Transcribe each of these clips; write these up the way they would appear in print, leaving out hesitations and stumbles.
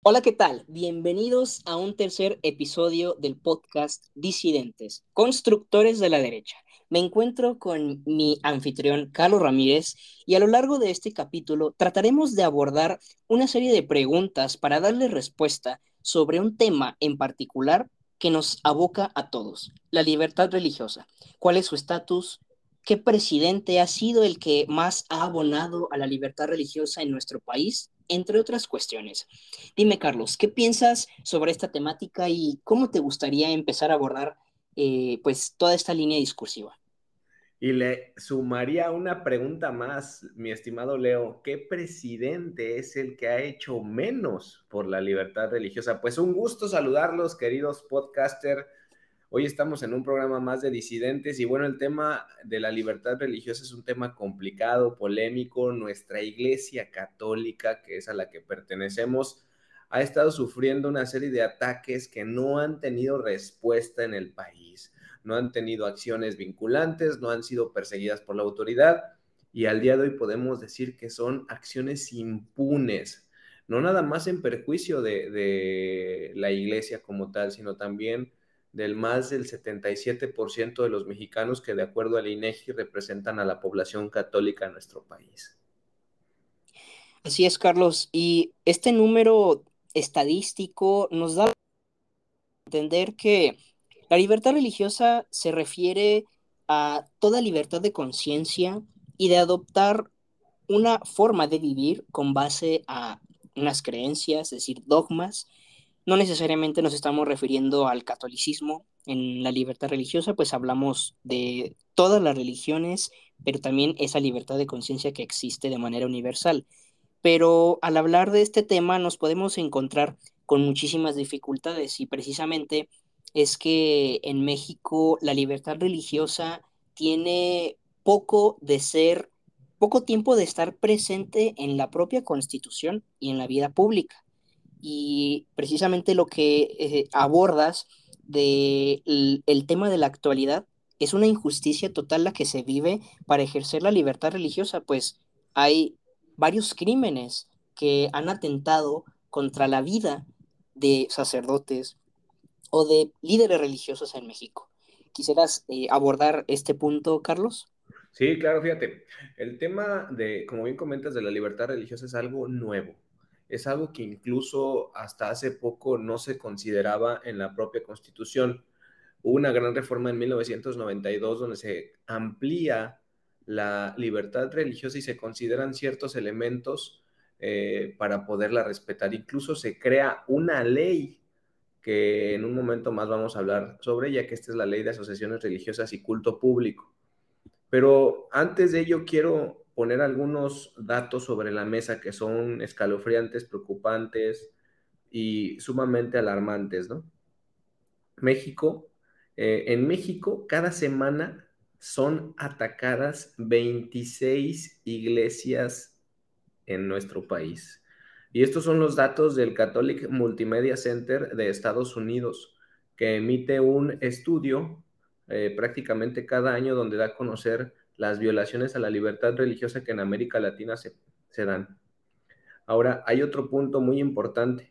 Hola, ¿qué tal? Bienvenidos a un tercer episodio del podcast Disidentes, Constructores de la Derecha. Me encuentro con mi anfitrión Carlos Ramírez y a lo largo de este capítulo trataremos de abordar una serie de preguntas para darle respuesta sobre un tema en particular que nos aboca a todos, la libertad religiosa. ¿Cuál es su estatus? ¿Qué presidente ha sido el que más ha abonado a la libertad religiosa en nuestro país? Entre otras cuestiones. Dime, Carlos, ¿qué piensas sobre esta temática y cómo te gustaría empezar a abordar pues toda esta línea discursiva? Y le sumaría una pregunta más, mi estimado Leo. ¿Qué presidente es el que ha hecho menos por la libertad religiosa? Pues un gusto saludarlos, queridos podcaster. Hoy estamos en un programa más de disidentes y bueno, el tema de la libertad religiosa es un tema complicado, polémico. Nuestra iglesia católica, que es a la que pertenecemos, ha estado sufriendo una serie de ataques que no han tenido respuesta en el país, no han tenido acciones vinculantes, no han sido perseguidas por la autoridad y al día de hoy podemos decir que son acciones impunes, no nada más en perjuicio de la iglesia como tal, sino también del más del 77% de los mexicanos que de acuerdo al INEGI representan a la población católica en nuestro país. Así es, Carlos, y este número estadístico nos da a entender que la libertad religiosa se refiere a toda libertad de conciencia y de adoptar una forma de vivir con base a unas creencias, es decir, dogmas. No necesariamente nos estamos refiriendo al catolicismo. En la libertad religiosa, pues hablamos de todas las religiones, pero también esa libertad de conciencia que existe de manera universal. Pero al hablar de este tema nos podemos encontrar con muchísimas dificultades y precisamente es que en México la libertad religiosa tiene poco tiempo de estar presente en la propia Constitución y en la vida pública. Y precisamente lo que abordas el tema de la actualidad es una injusticia total la que se vive para ejercer la libertad religiosa, pues hay varios crímenes que han atentado contra la vida de sacerdotes o de líderes religiosos en México. ¿Quisieras abordar este punto, Carlos? Sí, claro, fíjate, el tema de, como bien comentas, de la libertad religiosa es algo nuevo. Es algo que incluso hasta hace poco no se consideraba en la propia Constitución. Hubo una gran reforma en 1992 donde se amplía la libertad religiosa y se consideran ciertos elementos para poderla respetar. Incluso se crea una ley que en un momento más vamos a hablar sobre ella, que esta es la Ley de Asociaciones Religiosas y Culto Público. Pero antes de ello quiero poner algunos datos sobre la mesa que son escalofriantes, preocupantes y sumamente alarmantes, ¿no? México, en México cada semana son atacadas 26 iglesias en nuestro país. Y estos son los datos del Catholic Multimedia Center de Estados Unidos, que emite un estudio prácticamente cada año donde da a conocer las violaciones a la libertad religiosa que en América Latina se dan. Ahora, hay otro punto muy importante.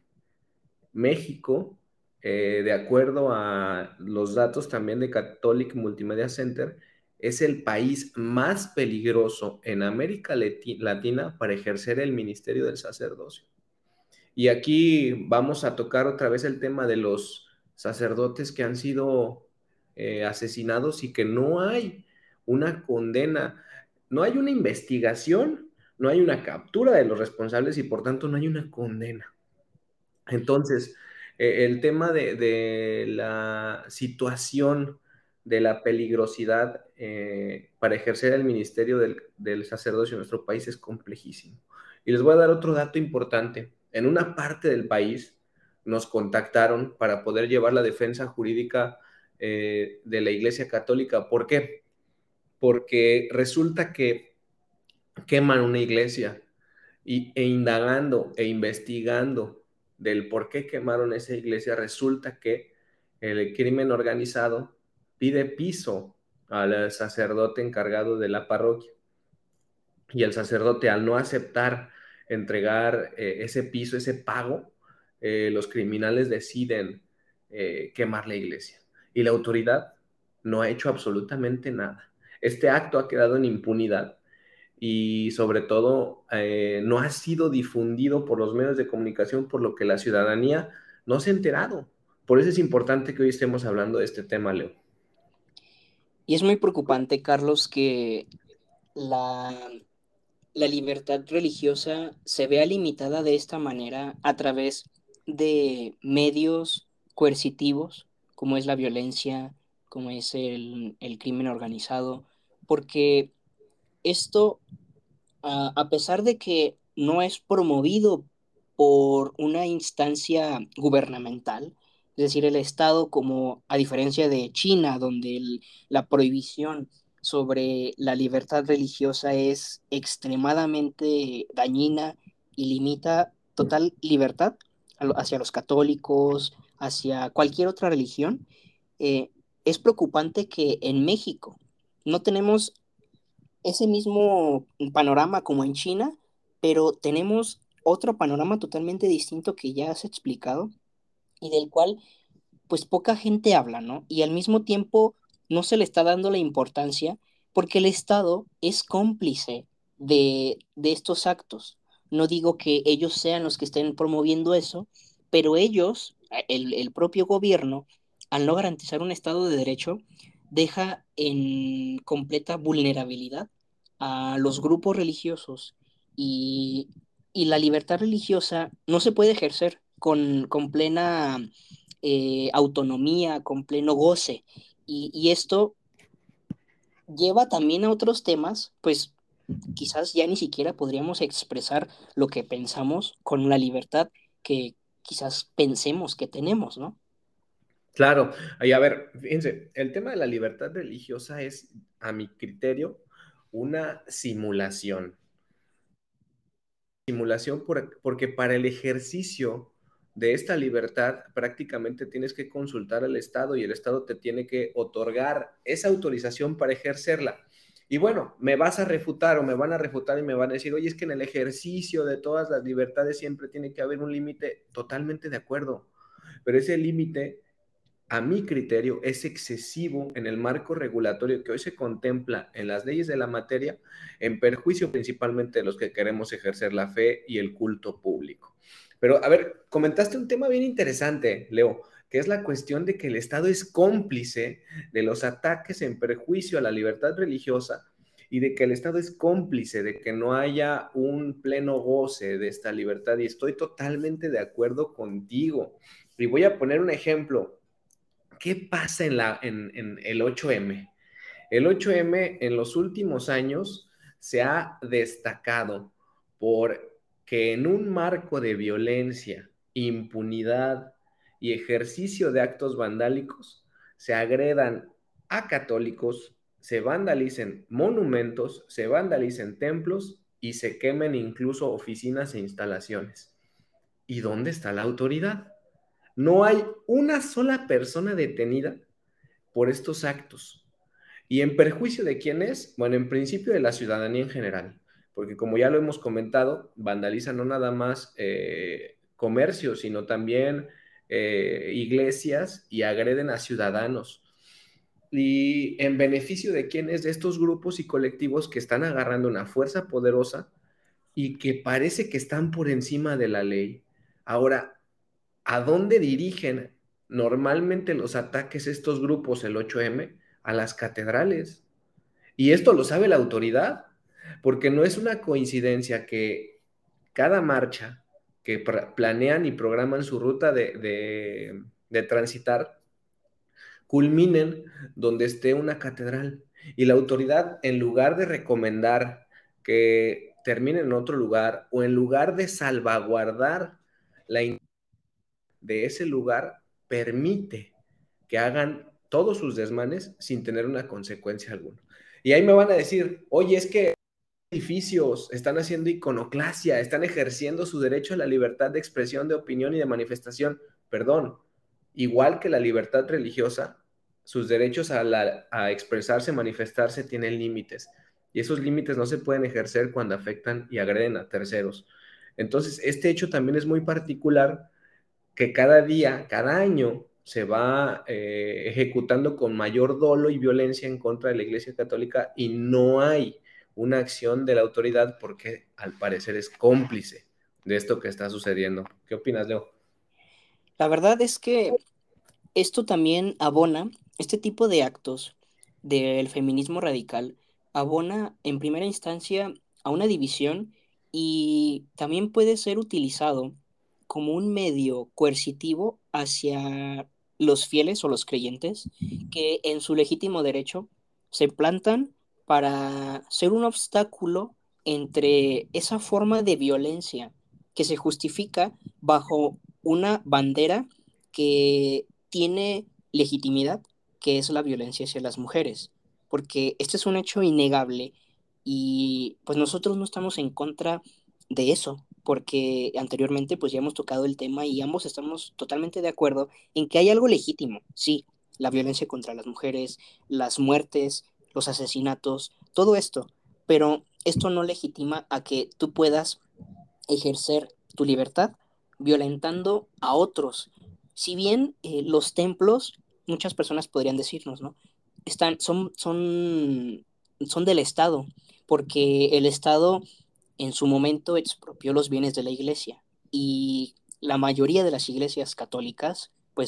México, de acuerdo a los datos también de Catholic Multimedia Center, es el país más peligroso en América Latina para ejercer el ministerio del sacerdocio. Y aquí vamos a tocar otra vez el tema de los sacerdotes que han sido asesinados y que no hay una condena, no hay una investigación, no hay una captura de los responsables y por tanto no hay una condena. Entonces, el tema de la situación de la peligrosidad para ejercer el ministerio del sacerdocio en nuestro país es complejísimo. Y les voy a dar otro dato importante. En una parte del país nos contactaron para poder llevar la defensa jurídica de la Iglesia Católica. ¿Por qué? Porque resulta que queman una iglesia e indagando e investigando del por qué quemaron esa iglesia, resulta que el crimen organizado pide piso al sacerdote encargado de la parroquia y el sacerdote al no aceptar entregar ese piso, ese pago, los criminales deciden quemar la iglesia. Y la autoridad no ha hecho absolutamente nada. Este acto ha quedado en impunidad y sobre todo no ha sido difundido por los medios de comunicación, por lo que la ciudadanía no se ha enterado. Por eso es importante que hoy estemos hablando de este tema, Leo. Y es muy preocupante, Carlos, que la, la libertad religiosa se vea limitada de esta manera a través de medios coercitivos, como es la violencia, como es el crimen organizado, porque esto, a pesar de que no es promovido por una instancia gubernamental, es decir, el Estado, como a diferencia de China, donde la prohibición sobre la libertad religiosa es extremadamente dañina y limita total libertad hacia los católicos, hacia cualquier otra religión, eh, es preocupante que en México no tenemos ese mismo panorama como en China, pero tenemos otro panorama totalmente distinto que ya has explicado y del cual pues poca gente habla, ¿no? Y al mismo tiempo no se le está dando la importancia porque el Estado es cómplice de estos actos. No digo que ellos sean los que estén promoviendo eso, pero ellos, el propio gobierno, al no garantizar un Estado de Derecho, deja en completa vulnerabilidad a los grupos religiosos y, y la libertad religiosa no se puede ejercer con plena autonomía, con pleno goce. Y esto lleva también a otros temas, pues quizás ya ni siquiera podríamos expresar lo que pensamos con la libertad que quizás pensemos que tenemos, ¿no? Claro, y a ver, fíjense, el tema de la libertad religiosa es, a mi criterio, una simulación. Simulación porque para el ejercicio de esta libertad prácticamente tienes que consultar al Estado y el Estado te tiene que otorgar esa autorización para ejercerla. Y bueno, me vas a refutar o me van a refutar y me van a decir, oye, es que en el ejercicio de todas las libertades siempre tiene que haber un límite. Totalmente de acuerdo, pero ese límite a mi criterio, es excesivo en el marco regulatorio que hoy se contempla en las leyes de la materia, en perjuicio principalmente de los que queremos ejercer la fe y el culto público. Pero, a ver, comentaste un tema bien interesante, Leo, que es la cuestión de que el Estado es cómplice de los ataques en perjuicio a la libertad religiosa y de que el Estado es cómplice de que no haya un pleno goce de esta libertad. Y estoy totalmente de acuerdo contigo. Y voy a poner un ejemplo. ¿Qué pasa en el 8M? El 8M en los últimos años se ha destacado por que en un marco de violencia, impunidad y ejercicio de actos vandálicos se agredan a católicos, se vandalicen monumentos, se vandalicen templos y se quemen incluso oficinas e instalaciones. ¿Y dónde está la autoridad? No hay una sola persona detenida por estos actos. ¿Y en perjuicio de quién es? Bueno, en principio de la ciudadanía en general, porque como ya lo hemos comentado, vandalizan no nada más comercios, sino también iglesias y agreden a ciudadanos. ¿Y en beneficio de quién es? De estos grupos y colectivos que están agarrando una fuerza poderosa y que parece que están por encima de la ley. Ahora, ¿a dónde dirigen normalmente los ataques estos grupos, el 8M? A las catedrales. Y esto lo sabe la autoridad, porque no es una coincidencia que cada marcha que planean y programan su ruta de transitar, culminen donde esté una catedral. Y la autoridad, en lugar de recomendar que terminen en otro lugar o en lugar de salvaguardar la de ese lugar, permite que hagan todos sus desmanes sin tener una consecuencia alguna. Y ahí me van a decir, oye, es que edificios están haciendo iconoclasia, están ejerciendo su derecho a la libertad de expresión, de opinión y de manifestación. Perdón, igual que la libertad religiosa, sus derechos a expresarse, manifestarse tienen límites. Y esos límites no se pueden ejercer cuando afectan y agreden a terceros. Entonces, este hecho también es muy particular que cada día, cada año, se va ejecutando con mayor dolo y violencia en contra de la Iglesia Católica y no hay una acción de la autoridad porque al parecer es cómplice de esto que está sucediendo. ¿Qué opinas, Leo? La verdad es que esto también abona, este tipo de actos del feminismo radical, abona en primera instancia a una división y también puede ser utilizado como un medio coercitivo hacia los fieles o los creyentes que en su legítimo derecho se plantan para ser un obstáculo entre esa forma de violencia que se justifica bajo una bandera que tiene legitimidad, que es la violencia hacia las mujeres, porque este es un hecho innegable y pues nosotros no estamos en contra de eso, porque anteriormente pues ya hemos tocado el tema y ambos estamos totalmente de acuerdo en que hay algo legítimo, sí, la violencia contra las mujeres, las muertes, los asesinatos, todo esto, pero esto no legitima a que tú puedas ejercer tu libertad violentando a otros. Si bien los templos, muchas personas podrían decirnos, ¿no? Son del Estado, porque el Estado en su momento expropió los bienes de la iglesia y la mayoría de las iglesias católicas pues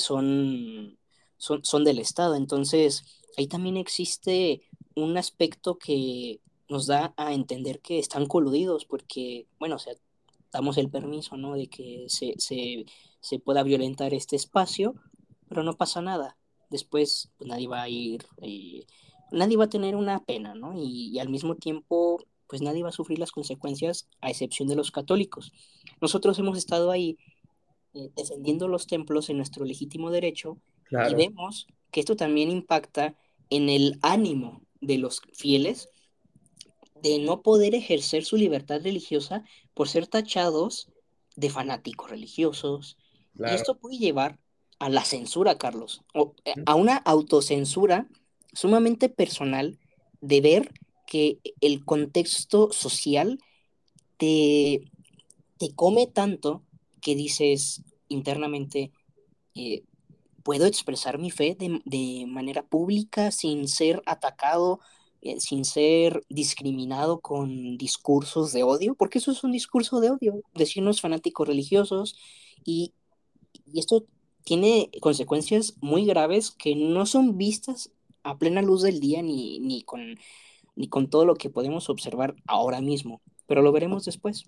son del Estado. Entonces, ahí también existe un aspecto que nos da a entender que están coludidos porque, bueno, o sea, damos el permiso, ¿no? De que se pueda violentar este espacio, pero no pasa nada. Después pues, nadie va a ir, nadie va a tener una pena, ¿no? Y al mismo tiempo, pues nadie va a sufrir las consecuencias, a excepción de los católicos. Nosotros hemos estado ahí defendiendo los templos en nuestro legítimo derecho y Claro, vemos que esto también impacta en el ánimo de los fieles de no poder ejercer su libertad religiosa por ser tachados de fanáticos religiosos. Y claro. esto puede llevar a la censura, Carlos, o a una autocensura sumamente personal de ver que el contexto social te, te come tanto que dices internamente, eh, puedo expresar mi fe de manera pública sin ser atacado, sin ser discriminado con discursos de odio, porque eso es un discurso de odio, decirnos fanáticos religiosos, y, y esto tiene consecuencias muy graves que no son vistas a plena luz del día ni con todo lo que podemos observar ahora mismo, pero lo veremos después.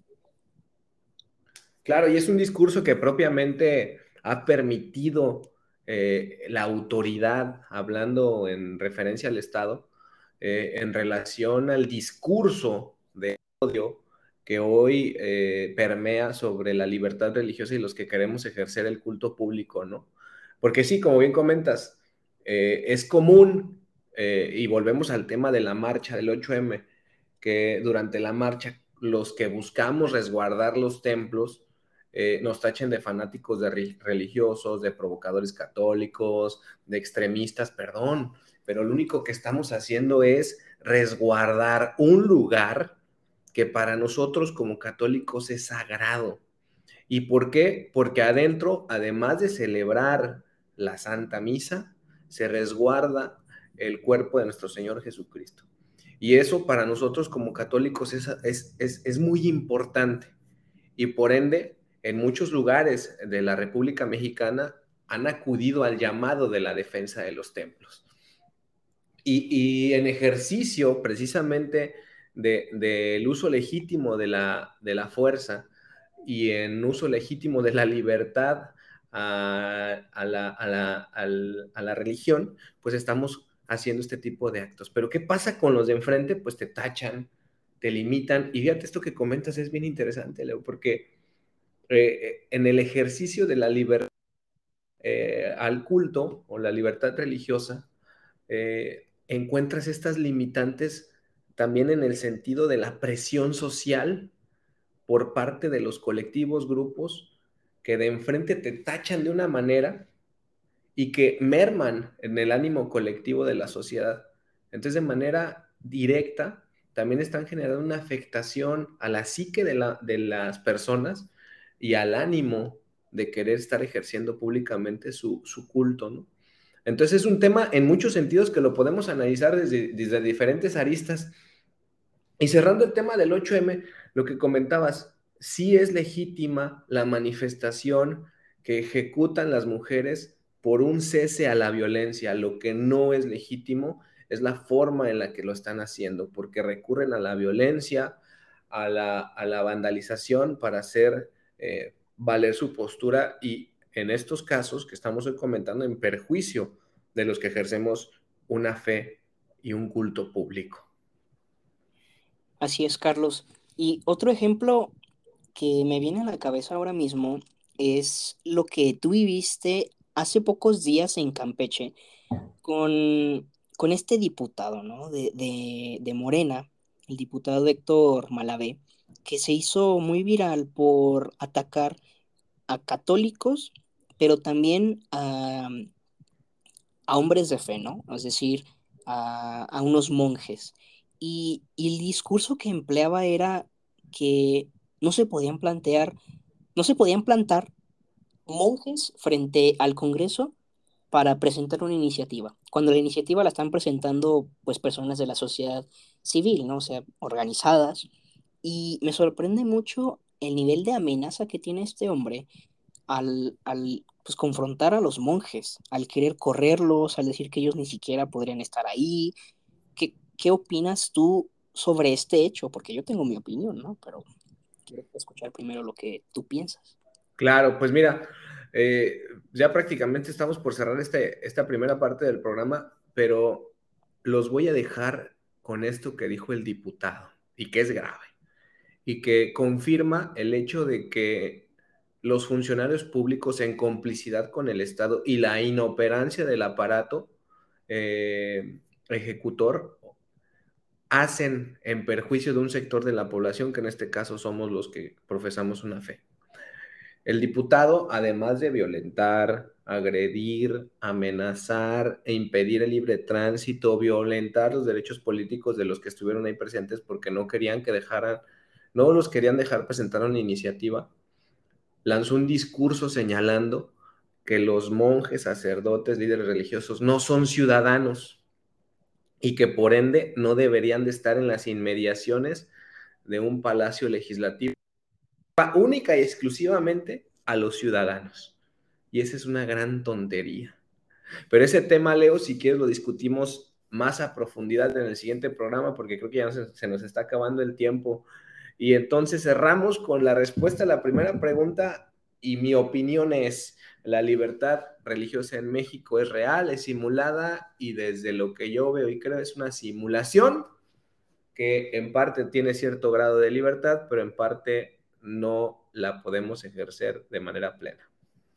Claro, y es un discurso que propiamente ha permitido la autoridad, hablando en referencia al Estado, en relación al discurso de odio que hoy permea sobre la libertad religiosa y los que queremos ejercer el culto público, ¿no? Porque sí, como bien comentas, es común, y volvemos al tema de la marcha del 8M, que durante la marcha los que buscamos resguardar los templos nos tachen de fanáticos de religiosos, de provocadores católicos, de extremistas, perdón, pero lo único que estamos haciendo es resguardar un lugar que para nosotros como católicos es sagrado. ¿Y por qué? Porque adentro, además de celebrar la Santa Misa, se resguarda el cuerpo de nuestro Señor Jesucristo. Y eso para nosotros como católicos es muy importante. Y por ende, en muchos lugares de la República Mexicana han acudido al llamado de la defensa de los templos. Y en ejercicio precisamente del uso legítimo de la fuerza y en uso legítimo de la libertad a la religión, pues estamos haciendo este tipo de actos. Pero ¿qué pasa con los de enfrente? Pues te tachan, te limitan. Y fíjate, esto que comentas es bien interesante, Leo, porque en el ejercicio de la libertad al culto o la libertad religiosa, encuentras estas limitantes también en el sentido de la presión social por parte de los colectivos, grupos, que de enfrente te tachan de una manera y que merman en el ánimo colectivo de la sociedad. Entonces, de manera directa, también están generando una afectación a la psique de las personas y al ánimo de querer estar ejerciendo públicamente su culto, ¿no? Entonces es un tema en muchos sentidos que lo podemos analizar desde diferentes aristas. Y cerrando el tema del 8M, lo que comentabas, sí es legítima la manifestación que ejecutan las mujeres por un cese a la violencia. Lo que no es legítimo es la forma en la que lo están haciendo, porque recurren a la violencia, a la vandalización para hacer valer su postura y en estos casos que estamos hoy comentando en perjuicio de los que ejercemos una fe y un culto público. Así es, Carlos. Y otro ejemplo que me viene a la cabeza ahora mismo es lo que tú viviste hace pocos días en Campeche con este diputado, ¿no? De Morena, el diputado Héctor Malavé, que se hizo muy viral por atacar a católicos, pero también a hombres de fe, ¿no? Es decir, a unos monjes. Y el discurso que empleaba era que no se podían plantear, no se podían plantar monjes frente al Congreso para presentar una iniciativa, cuando la iniciativa la están presentando pues personas de la sociedad civil, ¿no? O sea, organizadas. Y me sorprende mucho el nivel de amenaza que tiene este hombre al pues, confrontar a los monjes, al querer correrlos, al decir que ellos ni siquiera podrían estar ahí. ¿Qué opinas tú sobre este hecho? Porque yo tengo mi opinión, ¿no? Pero quiero escuchar primero lo que tú piensas. Claro, pues mira, ya prácticamente estamos por cerrar esta primera parte del programa, pero los voy a dejar con esto que dijo el diputado y que es grave y que confirma el hecho de que los funcionarios públicos en complicidad con el Estado y la inoperancia del aparato ejecutor hacen en perjuicio de un sector de la población, que en este caso somos los que profesamos una fe. El diputado, además de violentar, agredir, amenazar e impedir el libre tránsito, violentar los derechos políticos de los que estuvieron ahí presentes porque no los querían dejar presentar una iniciativa, lanzó un discurso señalando que los monjes, sacerdotes, líderes religiosos no son ciudadanos y que por ende no deberían de estar en las inmediaciones de un palacio legislativo única y exclusivamente a los ciudadanos. Y esa es una gran tontería. Pero ese tema, Leo, si quieres lo discutimos más a profundidad en el siguiente programa porque creo que ya se nos está acabando el tiempo. Y entonces cerramos con la respuesta a la primera pregunta y mi opinión es, la libertad religiosa en México es real, es simulada y desde lo que yo veo y creo es una simulación que en parte tiene cierto grado de libertad, pero en parte no la podemos ejercer de manera plena.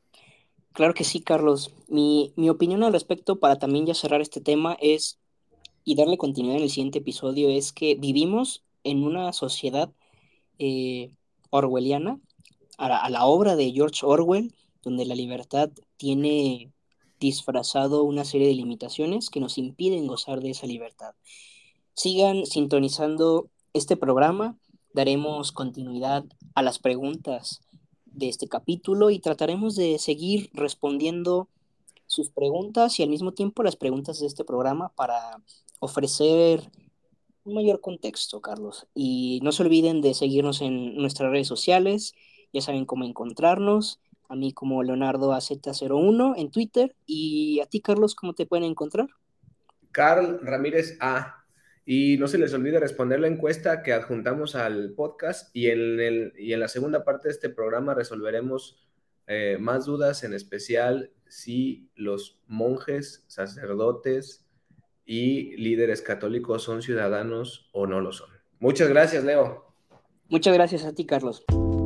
Claro que sí, Carlos. Mi opinión al respecto, para también ya cerrar este tema, es, y darle continuidad en el siguiente episodio, es que vivimos en una sociedad eh, orwelliana, a la obra de George Orwell, donde la libertad tiene disfrazado una serie de limitaciones que nos impiden gozar de esa libertad. Sigan sintonizando este programa, daremos continuidad a las preguntas de este capítulo y trataremos de seguir respondiendo sus preguntas y al mismo tiempo las preguntas de este programa para ofrecer un mayor contexto, Carlos. Y no se olviden de seguirnos en nuestras redes sociales, ya saben cómo encontrarnos, a mí como Leonardo AZ01 en Twitter y a ti, Carlos, ¿cómo te pueden encontrar? Carl Ramírez A. Y no se les olvide responder la encuesta que adjuntamos al podcast y en la segunda parte de este programa resolveremos más dudas, en especial si los monjes, sacerdotes y líderes católicos son ciudadanos o no lo son. Muchas gracias, Leo. Muchas gracias a ti, Carlos.